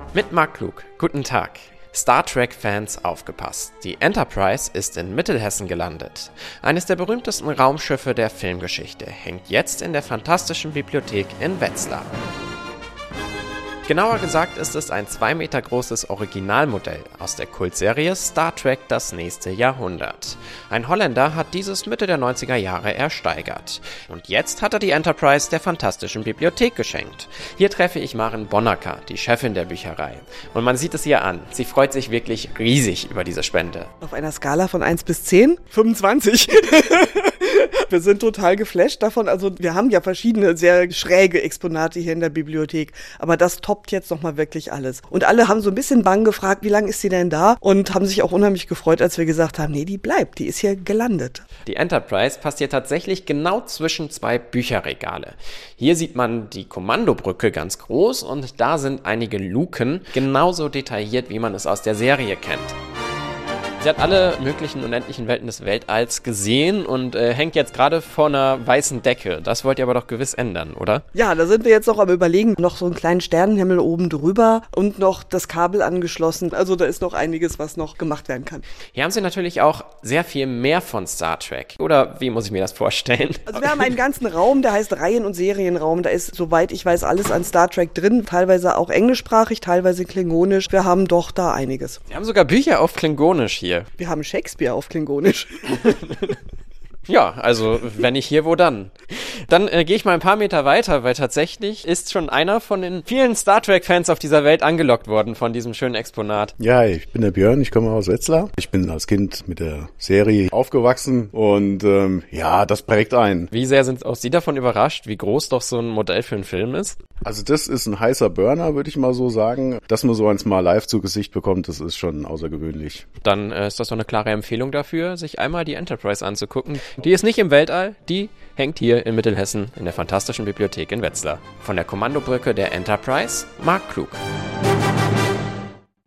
Mit Marc Klug. Guten Tag. Star Trek-Fans aufgepasst. Die Enterprise ist in Mittelhessen gelandet. Eines der berühmtesten Raumschiffe der Filmgeschichte hängt jetzt in der Fantastischen Bibliothek in Wetzlar. Genauer gesagt ist es ein 2 Meter großes Originalmodell aus der Kultserie Star Trek – Das nächste Jahrhundert. Ein Holländer hat dieses Mitte der 90er Jahre ersteigert. Und jetzt hat er die Enterprise der Fantastischen Bibliothek geschenkt. Hier treffe ich Maren Bonnacker, die Chefin der Bücherei. Und man sieht es ihr an. Sie freut sich wirklich riesig über diese Spende. Auf einer Skala von 1 bis 10? 25. Wir sind total geflasht davon. Also wir haben ja verschiedene sehr schräge Exponate hier in der Bibliothek. Aber das toppt jetzt nochmal wirklich alles. Und alle haben so ein bisschen bang gefragt, wie lange ist sie denn da? Und haben sich auch unheimlich gefreut, als wir gesagt haben, nee, die bleibt, die ist hier gelandet. Die Enterprise passt hier tatsächlich genau zwischen 2 Bücherregale. Hier sieht man die Kommandobrücke ganz groß und da sind einige Luken, genauso detailliert, wie man es aus der Serie kennt. Sie hat alle möglichen unendlichen Welten des Weltalls gesehen und hängt jetzt gerade vor einer weißen Decke. Das wollt ihr aber doch gewiss ändern, oder? Ja, da sind wir jetzt noch am Überlegen. Noch so einen kleinen Sternenhimmel oben drüber und noch das Kabel angeschlossen. Also da ist noch einiges, was noch gemacht werden kann. Hier haben sie natürlich auch sehr viel mehr von Star Trek. Oder wie muss ich mir das vorstellen? Also wir haben einen ganzen Raum, der heißt Reihen- und Serienraum. Da ist, soweit ich weiß, alles an Star Trek drin. Teilweise auch englischsprachig, teilweise klingonisch. Wir haben doch da einiges. Wir haben sogar Bücher auf Klingonisch hier. Wir haben Shakespeare auf Klingonisch. Ja, also wenn nicht hier, wo dann? Dann gehe ich mal ein paar Meter weiter, weil tatsächlich ist schon einer von den vielen Star Trek-Fans auf dieser Welt angelockt worden von diesem schönen Exponat. Ja, ich bin der Björn, ich komme aus Wetzlar. Ich bin als Kind mit der Serie aufgewachsen und ja, das prägt einen. Wie sehr sind auch Sie davon überrascht, wie groß doch so ein Modell für einen Film ist? Also das ist ein heißer Burner, würde ich mal so sagen. Dass man so eins mal live zu Gesicht bekommt, das ist schon außergewöhnlich. Dann ist das doch eine klare Empfehlung dafür, sich einmal die Enterprise anzugucken. Die ist nicht im Weltall, die hängt hier in Mittelhessen in der Fantastischen Bibliothek in Wetzlar. Von der Kommandobrücke der Enterprise, Marc Klug.